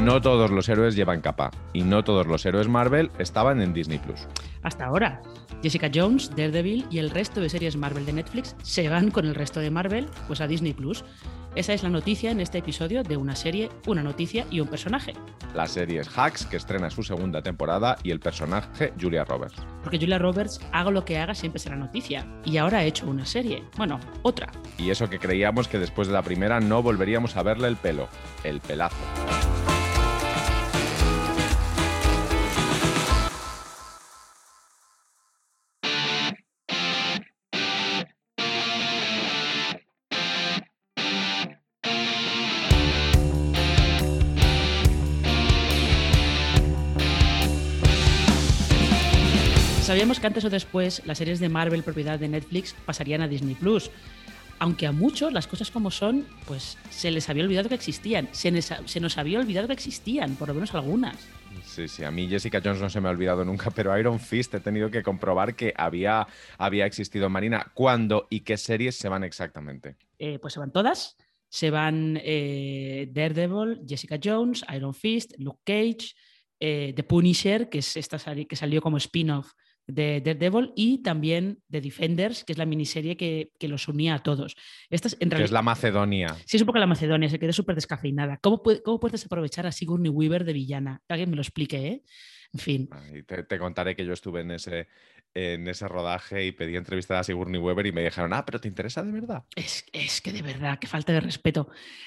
no todos los héroes llevan capa y no todos los héroes Marvel estaban en Disney+. Hasta ahora, Jessica Jones, Daredevil y el resto de series Marvel de Netflix se van con el resto de Marvel pues a Disney+. Esa es la noticia en este episodio de una serie, una noticia y un personaje. La serie es Hacks, que estrena su segunda temporada, y el personaje Julia Roberts. Porque Julia Roberts, haga lo que haga, siempre será noticia. Y ahora ha hecho una serie. Bueno, otra. Y eso que creíamos que después de la primera no volveríamos a verle el pelo. El pelazo. Sabíamos que antes o después las series de Marvel propiedad de Netflix pasarían a Disney+. Aunque a muchos, las cosas como son, pues se les había olvidado que existían. Se nos había olvidado que existían, por lo menos algunas. Sí, a mí Jessica Jones no se me ha olvidado nunca, pero Iron Fist he tenido que comprobar que había existido. Marina, ¿cuándo y qué series se van exactamente? Pues se van todas. Se van Daredevil, Jessica Jones, Iron Fist, Luke Cage, The Punisher, que es esta serie que salió como spin-off de Daredevil, y también The Defenders, que es la miniserie que los unía a todos. Esta es, que es la Macedonia. Sí, es un poco la Macedonia, se quedó súper descafeinada. ¿Cómo puedes aprovechar a Sigourney Weaver de villana? Que alguien me lo explique, ¿eh? En fin. Te contaré que yo estuve en ese rodaje y pedí entrevistar a Sigourney Weaver y me dijeron, pero ¿te interesa de verdad? Es que de verdad, qué falta de respeto.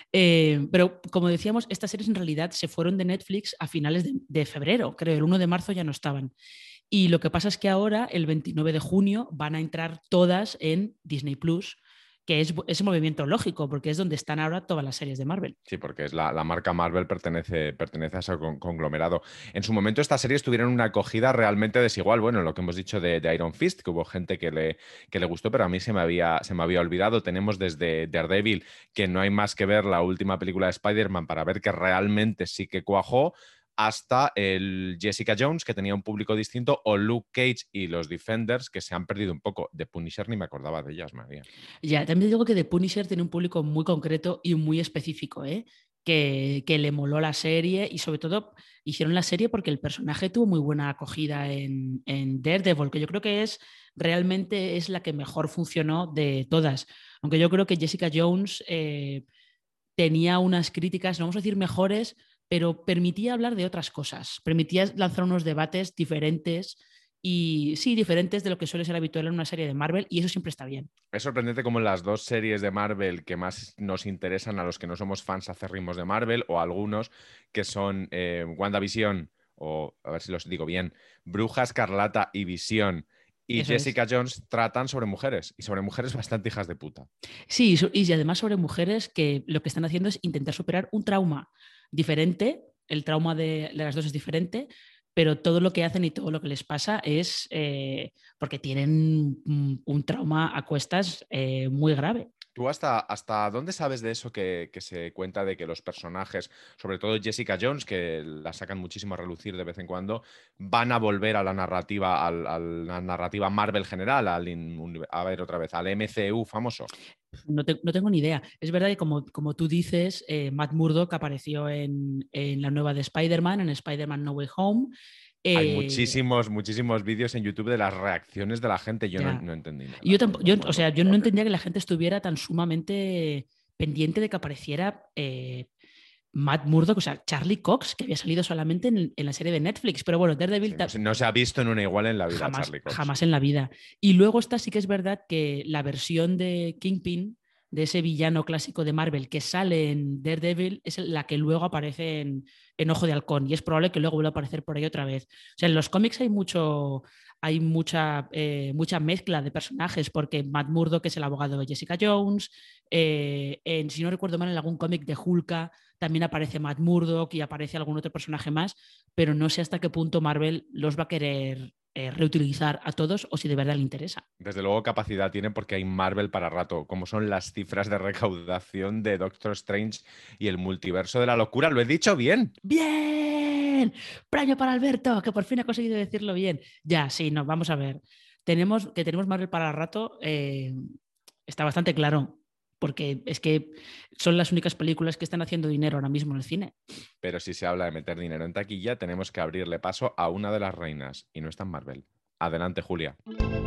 Pero como decíamos, estas series en realidad se fueron de Netflix a finales de febrero, creo, el 1 de marzo ya no estaban. Y lo que pasa es que ahora, el 29 de junio, van a entrar todas en Disney+, que es ese movimiento lógico, porque es donde están ahora todas las series de Marvel. Sí, porque es la marca Marvel pertenece a ese conglomerado. En su momento estas series tuvieron una acogida realmente desigual. Bueno, lo que hemos dicho de Iron Fist, que hubo gente que le gustó, pero a mí se me había olvidado. Tenemos desde Daredevil, que no hay más que ver la última película de Spider-Man para ver que realmente sí que cuajó, hasta el Jessica Jones, que tenía un público distinto, o Luke Cage y los Defenders, que se han perdido un poco. De Punisher ni me acordaba de ellas, María. Ya, también digo que The Punisher tiene un público muy concreto y muy específico, ¿eh? Que le moló la serie, y sobre todo hicieron la serie porque el personaje tuvo muy buena acogida en Daredevil, que yo creo que realmente es la que mejor funcionó de todas. Aunque yo creo que Jessica Jones tenía unas críticas, no vamos a decir mejores, pero permitía hablar de otras cosas, permitía lanzar unos debates diferentes, y sí, diferentes de lo que suele ser habitual en una serie de Marvel, y eso siempre está bien. Es sorprendente cómo las dos series de Marvel que más nos interesan a los que no somos fans acérrimos de Marvel, o algunos, que son WandaVision, o a ver si los digo bien, Bruja Escarlata y Visión, y Eso Jessica Jones, tratan sobre mujeres, y sobre mujeres bastante hijas de puta. Sí, y además sobre mujeres que lo que están haciendo es intentar superar un trauma diferente. El trauma de las dos es diferente, pero todo lo que hacen y todo lo que les pasa es porque tienen un trauma a cuestas muy grave. ¿Tú hasta dónde sabes de eso que se cuenta de que los personajes, sobre todo Jessica Jones, que la sacan muchísimo a relucir de vez en cuando, van a volver a la narrativa, a la narrativa Marvel general, a ver otra vez, al MCU famoso? No tengo ni idea. Es verdad que como tú dices, Matt Murdock apareció en la nueva de Spider-Man, en Spider-Man No Way Home. Hay muchísimos vídeos en YouTube de las reacciones de la gente. Yo no entendí nada. Yo no entendía que la gente estuviera tan sumamente pendiente de que apareciera Matt Murdock, o sea, Charlie Cox, que había salido solamente en la serie de Netflix. Pero bueno, Daredevil... Sí, no se ha visto en una igual en la vida, Charlie Cox. Jamás en la vida. Y luego sí que es verdad que la versión de Kingpin, de ese villano clásico de Marvel que sale en Daredevil, es la que luego aparece en Ojo de Halcón, y es probable que luego vuelva a aparecer por ahí otra vez. O sea, en los cómics hay mucha mezcla de personajes, porque Matt Murdock es el abogado de Jessica Jones, si no recuerdo mal, en algún cómic de Hulka también aparece Matt Murdock y aparece algún otro personaje más, pero no sé hasta qué punto Marvel los va a querer reutilizar a todos, o si de verdad le interesa. Desde luego capacidad tiene, porque hay Marvel para rato, como son las cifras de recaudación de Doctor Strange y el multiverso de la locura. ¿Lo he dicho bien? ¡Bien! ¡Premio para Alberto, que por fin ha conseguido decirlo bien! Ya, sí, no, vamos a ver. Tenemos Marvel para rato, está bastante claro, porque es que son las únicas películas que están haciendo dinero ahora mismo en el cine. Pero si se habla de meter dinero en taquilla, tenemos que abrirle paso a una de las reinas, y no está en Marvel. Adelante, Julia.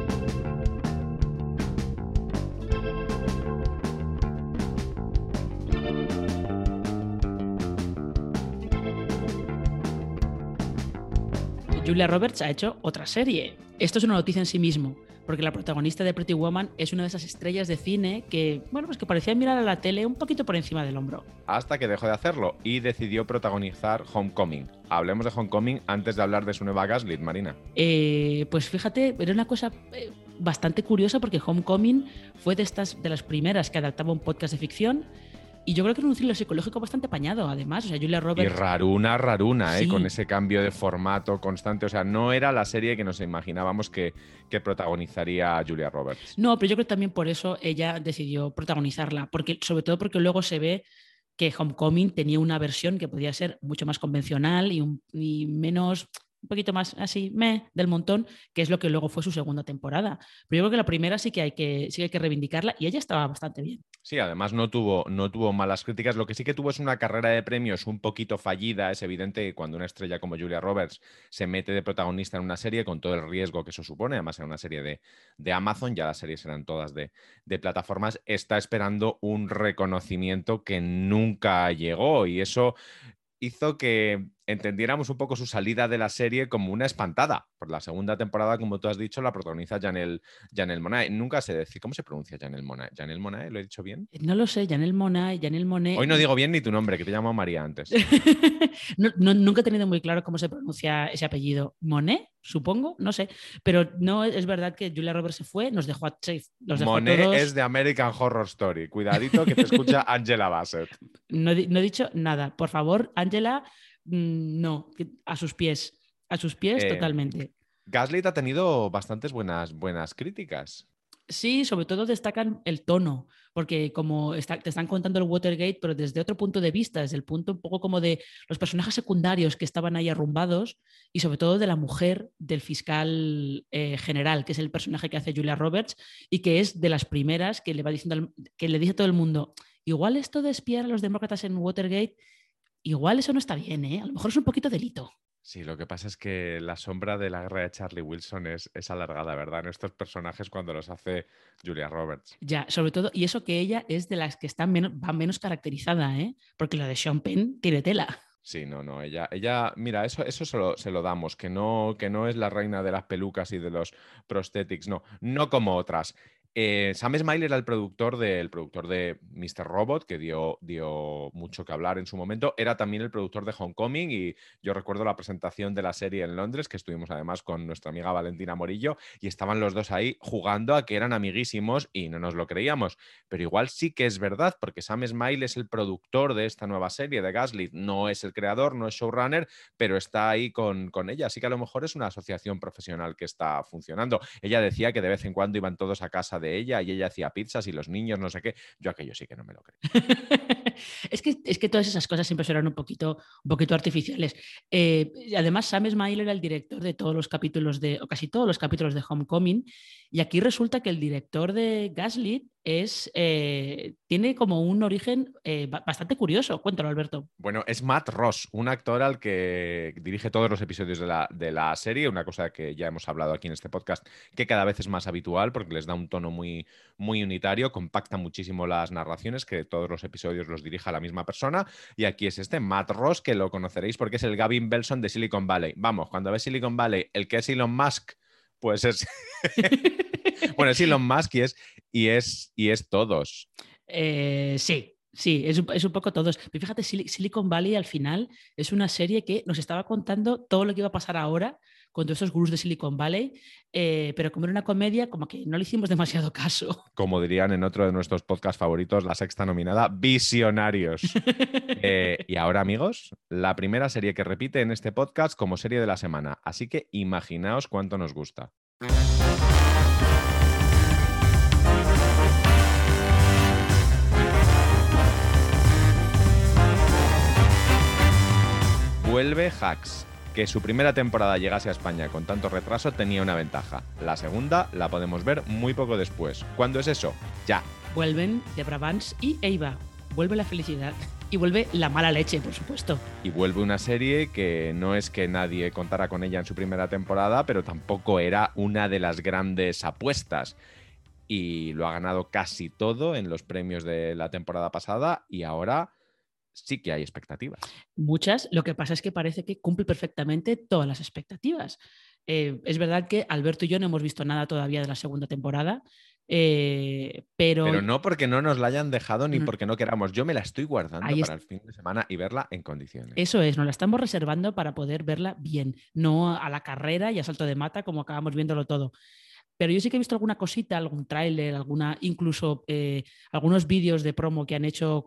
Julia Roberts ha hecho otra serie. Esto es una noticia en sí mismo, porque la protagonista de Pretty Woman es una de esas estrellas de cine que, bueno, pues que parecía mirar a la tele un poquito por encima del hombro. Hasta que dejó de hacerlo y decidió protagonizar Homecoming. Hablemos de Homecoming antes de hablar de su nueva Gaslit, Marina. Pues fíjate, era una cosa bastante curiosa porque Homecoming fue de las primeras que adaptaba un podcast de ficción. Y yo creo que era un thriller psicológico bastante apañado, además. O sea, Julia Roberts... Y raruna, Sí. Con ese cambio de formato constante. O sea, no era la serie que nos imaginábamos que protagonizaría Julia Roberts. No, pero yo creo que también por eso ella decidió protagonizarla. Sobre todo porque luego se ve que Homecoming tenía una versión que podía ser mucho más convencional y menos... un poquito más así, del montón, que es lo que luego fue su segunda temporada. Pero yo creo que la primera sí que hay que reivindicarla y ella estaba bastante bien. Sí, además no tuvo malas críticas. Lo que sí que tuvo es una carrera de premios un poquito fallida. Es evidente que cuando una estrella como Julia Roberts se mete de protagonista en una serie, con todo el riesgo que eso supone, además en una serie de Amazon, ya las series eran todas de plataformas, está esperando un reconocimiento que nunca llegó y eso hizo que entendiéramos un poco su salida de la serie como una espantada. Por la segunda temporada, como tú has dicho, la protagoniza Janelle Monáe. Nunca sé decir cómo se pronuncia Janelle Monáe. ¿Janelle Monáe? ¿Lo he dicho bien? No lo sé, Janelle Monáe. Hoy no digo bien ni tu nombre, que te llamo María antes. Nunca he tenido muy claro cómo se pronuncia ese apellido. ¿Monet? Supongo, no sé. Pero no es verdad que Julia Roberts se fue, nos dejó a Monet todos... es de American Horror Story. Cuidadito que te escucha Angela Bassett. No he dicho nada. Por favor, Angela, no, a sus pies. A sus pies totalmente. Gaslit ha tenido bastantes buenas críticas. Sí, sobre todo destacan el tono, porque como te están contando el Watergate, pero desde otro punto de vista, desde el punto un poco como de los personajes secundarios que estaban ahí arrumbados y sobre todo de la mujer del fiscal general, que es el personaje que hace Julia Roberts y que es de las primeras que le va diciendo, que le dice a todo el mundo, igual esto de espiar a los demócratas en Watergate, igual eso no está bien, ¿eh? A lo mejor es un poquito delito. Sí, lo que pasa es que la sombra de la guerra de Charlie Wilson es alargada, ¿verdad? En estos personajes cuando los hace Julia Roberts. Ya, sobre todo, y eso que ella es de las que va menos caracterizada, ¿eh? Porque la de Sean Penn tiene tela. Sí, no, ella, mira, eso se lo damos, que no es la reina de las pelucas y de los prosthetics, no como otras. Sam Esmail era el productor de Mr. Robot, que dio mucho que hablar en su momento. Era también el productor de Homecoming y yo recuerdo la presentación de la serie en Londres, que estuvimos además con nuestra amiga Valentina Morillo y estaban los dos ahí jugando a que eran amiguísimos y no nos lo creíamos. Pero igual sí que es verdad, porque Sam Esmail es el productor de esta nueva serie de Gaslit. No es el creador, no es showrunner, pero está ahí con ella. Así que a lo mejor es una asociación profesional que está funcionando. Ella decía que de vez en cuando iban todos a casa de ella y ella hacía pizzas y los niños no sé qué. Yo aquello sí que no me lo creo. Es que todas esas cosas siempre serán un poquito artificiales. Además, Sam Esmail era el director de todos los capítulos o casi todos los capítulos de Homecoming y aquí resulta que el director de Gaslit tiene como un origen bastante curioso. Cuéntalo, Alberto. Bueno, es Matt Ross, un actor al que dirige todos los episodios de la serie, una cosa que ya hemos hablado aquí en este podcast, que cada vez es más habitual porque les da un tono muy, muy unitario, compacta muchísimo las narraciones, que todos los episodios los dirija la misma persona, y aquí es Matt Ross, que lo conoceréis porque es el Gavin Belson de Silicon Valley. Vamos, cuando ves Silicon Valley, el que es Elon Musk, pues es... Bueno, es Elon Musk y es todos. Sí, es un poco todos. Pero fíjate, Silicon Valley al final es una serie que nos estaba contando todo lo que iba a pasar ahora con todos estos gurús de Silicon Valley, pero como era una comedia, como que no le hicimos demasiado caso. Como dirían en otro de nuestros podcasts favoritos, la sexta nominada, Visionarios. Y ahora, amigos, la primera serie que repite en este podcast como serie de la semana. Así que imaginaos cuánto nos gusta. Vuelve Hacks. Que su primera temporada llegase a España con tanto retraso tenía una ventaja. La segunda la podemos ver muy poco después. ¿Cuándo es eso? Ya. Vuelven Deborah Vance y Ava. Vuelve la felicidad y vuelve la mala leche, por supuesto. Y vuelve una serie que no es que nadie contara con ella en su primera temporada, pero tampoco era una de las grandes apuestas. Y lo ha ganado casi todo en los premios de la temporada pasada y ahora sí que hay expectativas. Muchas. Lo que pasa es que parece que cumple perfectamente todas las expectativas. Es verdad que Alberto y yo no hemos visto nada todavía de la segunda temporada, Pero no porque no nos la hayan dejado ni no, porque no queramos. Yo me la estoy guardando ahí para el fin de semana y verla en condiciones. eso es, nos la estamos reservando para poder verla bien, no a la carrera y a salto de mata como acabamos viéndolo todo. Pero yo sí que he visto alguna cosita, algún tráiler, incluso algunos vídeos de promo que han hecho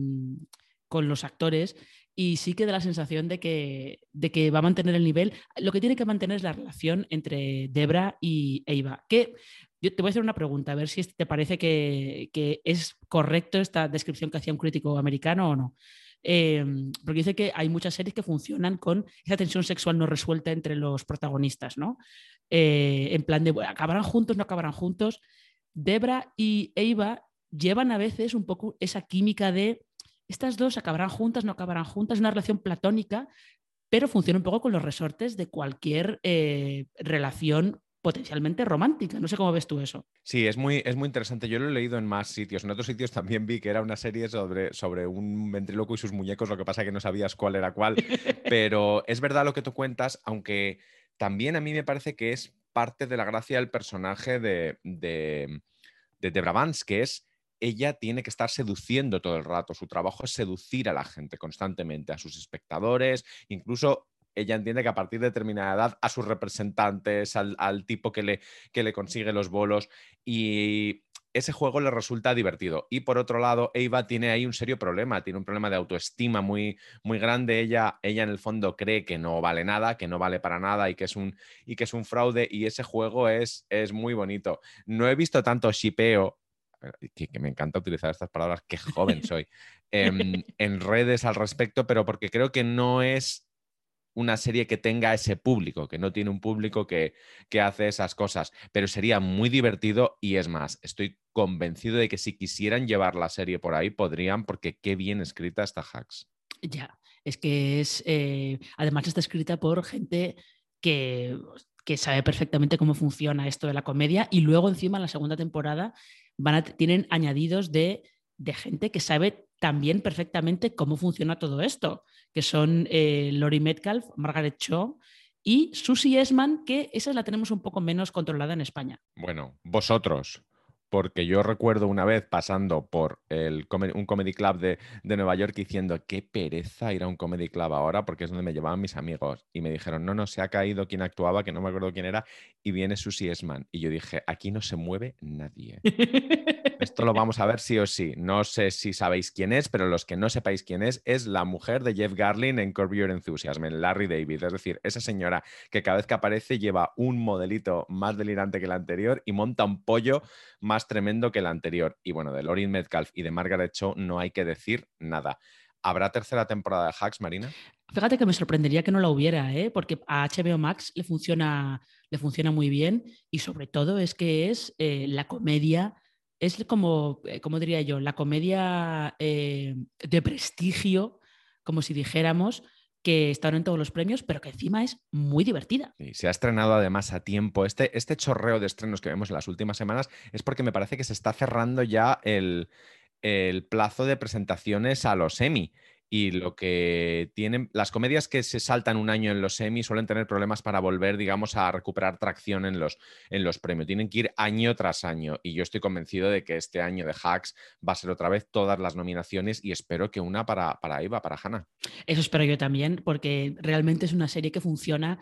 con los actores, y sí que da la sensación de que va a mantener el nivel. Lo que tiene que mantener es la relación entre Debra y Ava. Que yo te voy a hacer una pregunta, a ver si te parece que es correcto esta descripción que hacía un crítico americano o no. Porque dice que hay muchas series que funcionan con esa tensión sexual no resuelta entre los protagonistas, ¿no? En plan de, bueno, ¿acabarán juntos, no acabarán juntos? Debra y Ava llevan a veces un poco esa química de estas dos acabarán juntas, no acabarán juntas, una relación platónica, pero funciona un poco con los resortes de cualquier relación potencialmente romántica. No sé cómo ves tú eso. Sí, es muy interesante. Yo lo he leído en más sitios. En otros sitios también vi que era una serie sobre un ventríloco y sus muñecos, lo que pasa es que no sabías cuál era cuál. Pero es verdad lo que tú cuentas, aunque también a mí me parece que es parte de la gracia del personaje de Deborah Vance, que es ella tiene que estar seduciendo todo el rato. Su trabajo es seducir a la gente constantemente, a sus espectadores, incluso ella entiende que a partir de determinada edad a sus representantes, al tipo que le consigue los bolos, y ese juego le resulta divertido. Y por otro lado, Ava tiene ahí un serio problema, tiene un problema de autoestima muy, muy grande. Ella en el fondo cree que no vale nada, que no vale para nada y que es un fraude, y ese juego es muy bonito. No he visto tanto shipeo, que me encanta utilizar estas palabras, qué joven soy, en redes al respecto, pero porque creo que no es una serie que tenga ese público, que no tiene un público que hace esas cosas, pero sería muy divertido y es más, estoy convencido de que si quisieran llevar la serie por ahí, podrían, porque qué bien escrita está Hacks. Ya, es que además está escrita por gente que sabe perfectamente cómo funciona esto de la comedia, y luego encima en la segunda temporada tienen añadidos de gente que sabe también perfectamente cómo funciona todo esto, que son Laurie Metcalf, Margaret Cho y Susie Essman, que esa la tenemos un poco menos controlada en España. Bueno, vosotros, porque yo recuerdo una vez pasando por un comedy club de Nueva York diciendo qué pereza ir a un comedy club ahora, porque es donde me llevaban mis amigos, y me dijeron, no, se ha caído quien actuaba, que no me acuerdo quién era, y viene Susie Essman, y yo dije, aquí no se mueve nadie. Esto lo vamos a ver sí o sí. No sé si sabéis quién es, pero los que no sepáis quién es la mujer de Jeff Garlin en Curb Your Enthusiasm, en Larry David. Es decir, esa señora que cada vez que aparece lleva un modelito más delirante que el anterior y monta un pollo más tremendo que el anterior. Y bueno, de Laurie Metcalf y de Margaret Cho no hay que decir nada. ¿Habrá tercera temporada de Hacks, Marina? Fíjate que me sorprendería que no la hubiera, porque a HBO Max le funciona muy bien, y sobre todo es que es la comedia, es como diría yo, la comedia de prestigio, como si dijéramos, que está en todos los premios, pero que encima es muy divertida. Sí, se ha estrenado además a tiempo. Este chorreo de estrenos que vemos en las últimas semanas es porque me parece que se está cerrando ya el plazo de presentaciones a los Emmy. Y lo que tienen, las comedias que se saltan un año en los Emmy suelen tener problemas para volver, digamos, a recuperar tracción en los premios. Tienen que ir año tras año. Y yo estoy convencido de que este año de Hacks va a ser otra vez todas las nominaciones, y espero que una para Eva, para Hannah. Eso espero yo también, porque realmente es una serie que funciona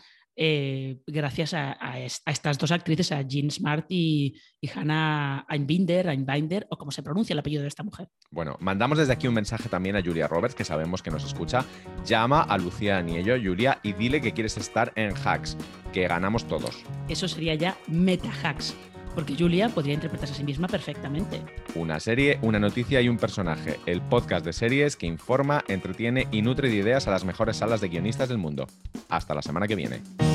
gracias a estas dos actrices, a Jean Smart y Hannah Einbinder, o como se pronuncia el apellido de esta mujer. Bueno, mandamos desde aquí un mensaje también a Julia Roberts, que sabemos que nos escucha. Llama a Lucía Aniello, Julia, y dile que quieres estar en Hacks, que ganamos todos. Eso sería ya meta-Hacks, porque Julia podría interpretarse a sí misma perfectamente. Una serie, una noticia y un personaje. El podcast de series que informa, entretiene y nutre de ideas a las mejores salas de guionistas del mundo. Hasta la semana que viene.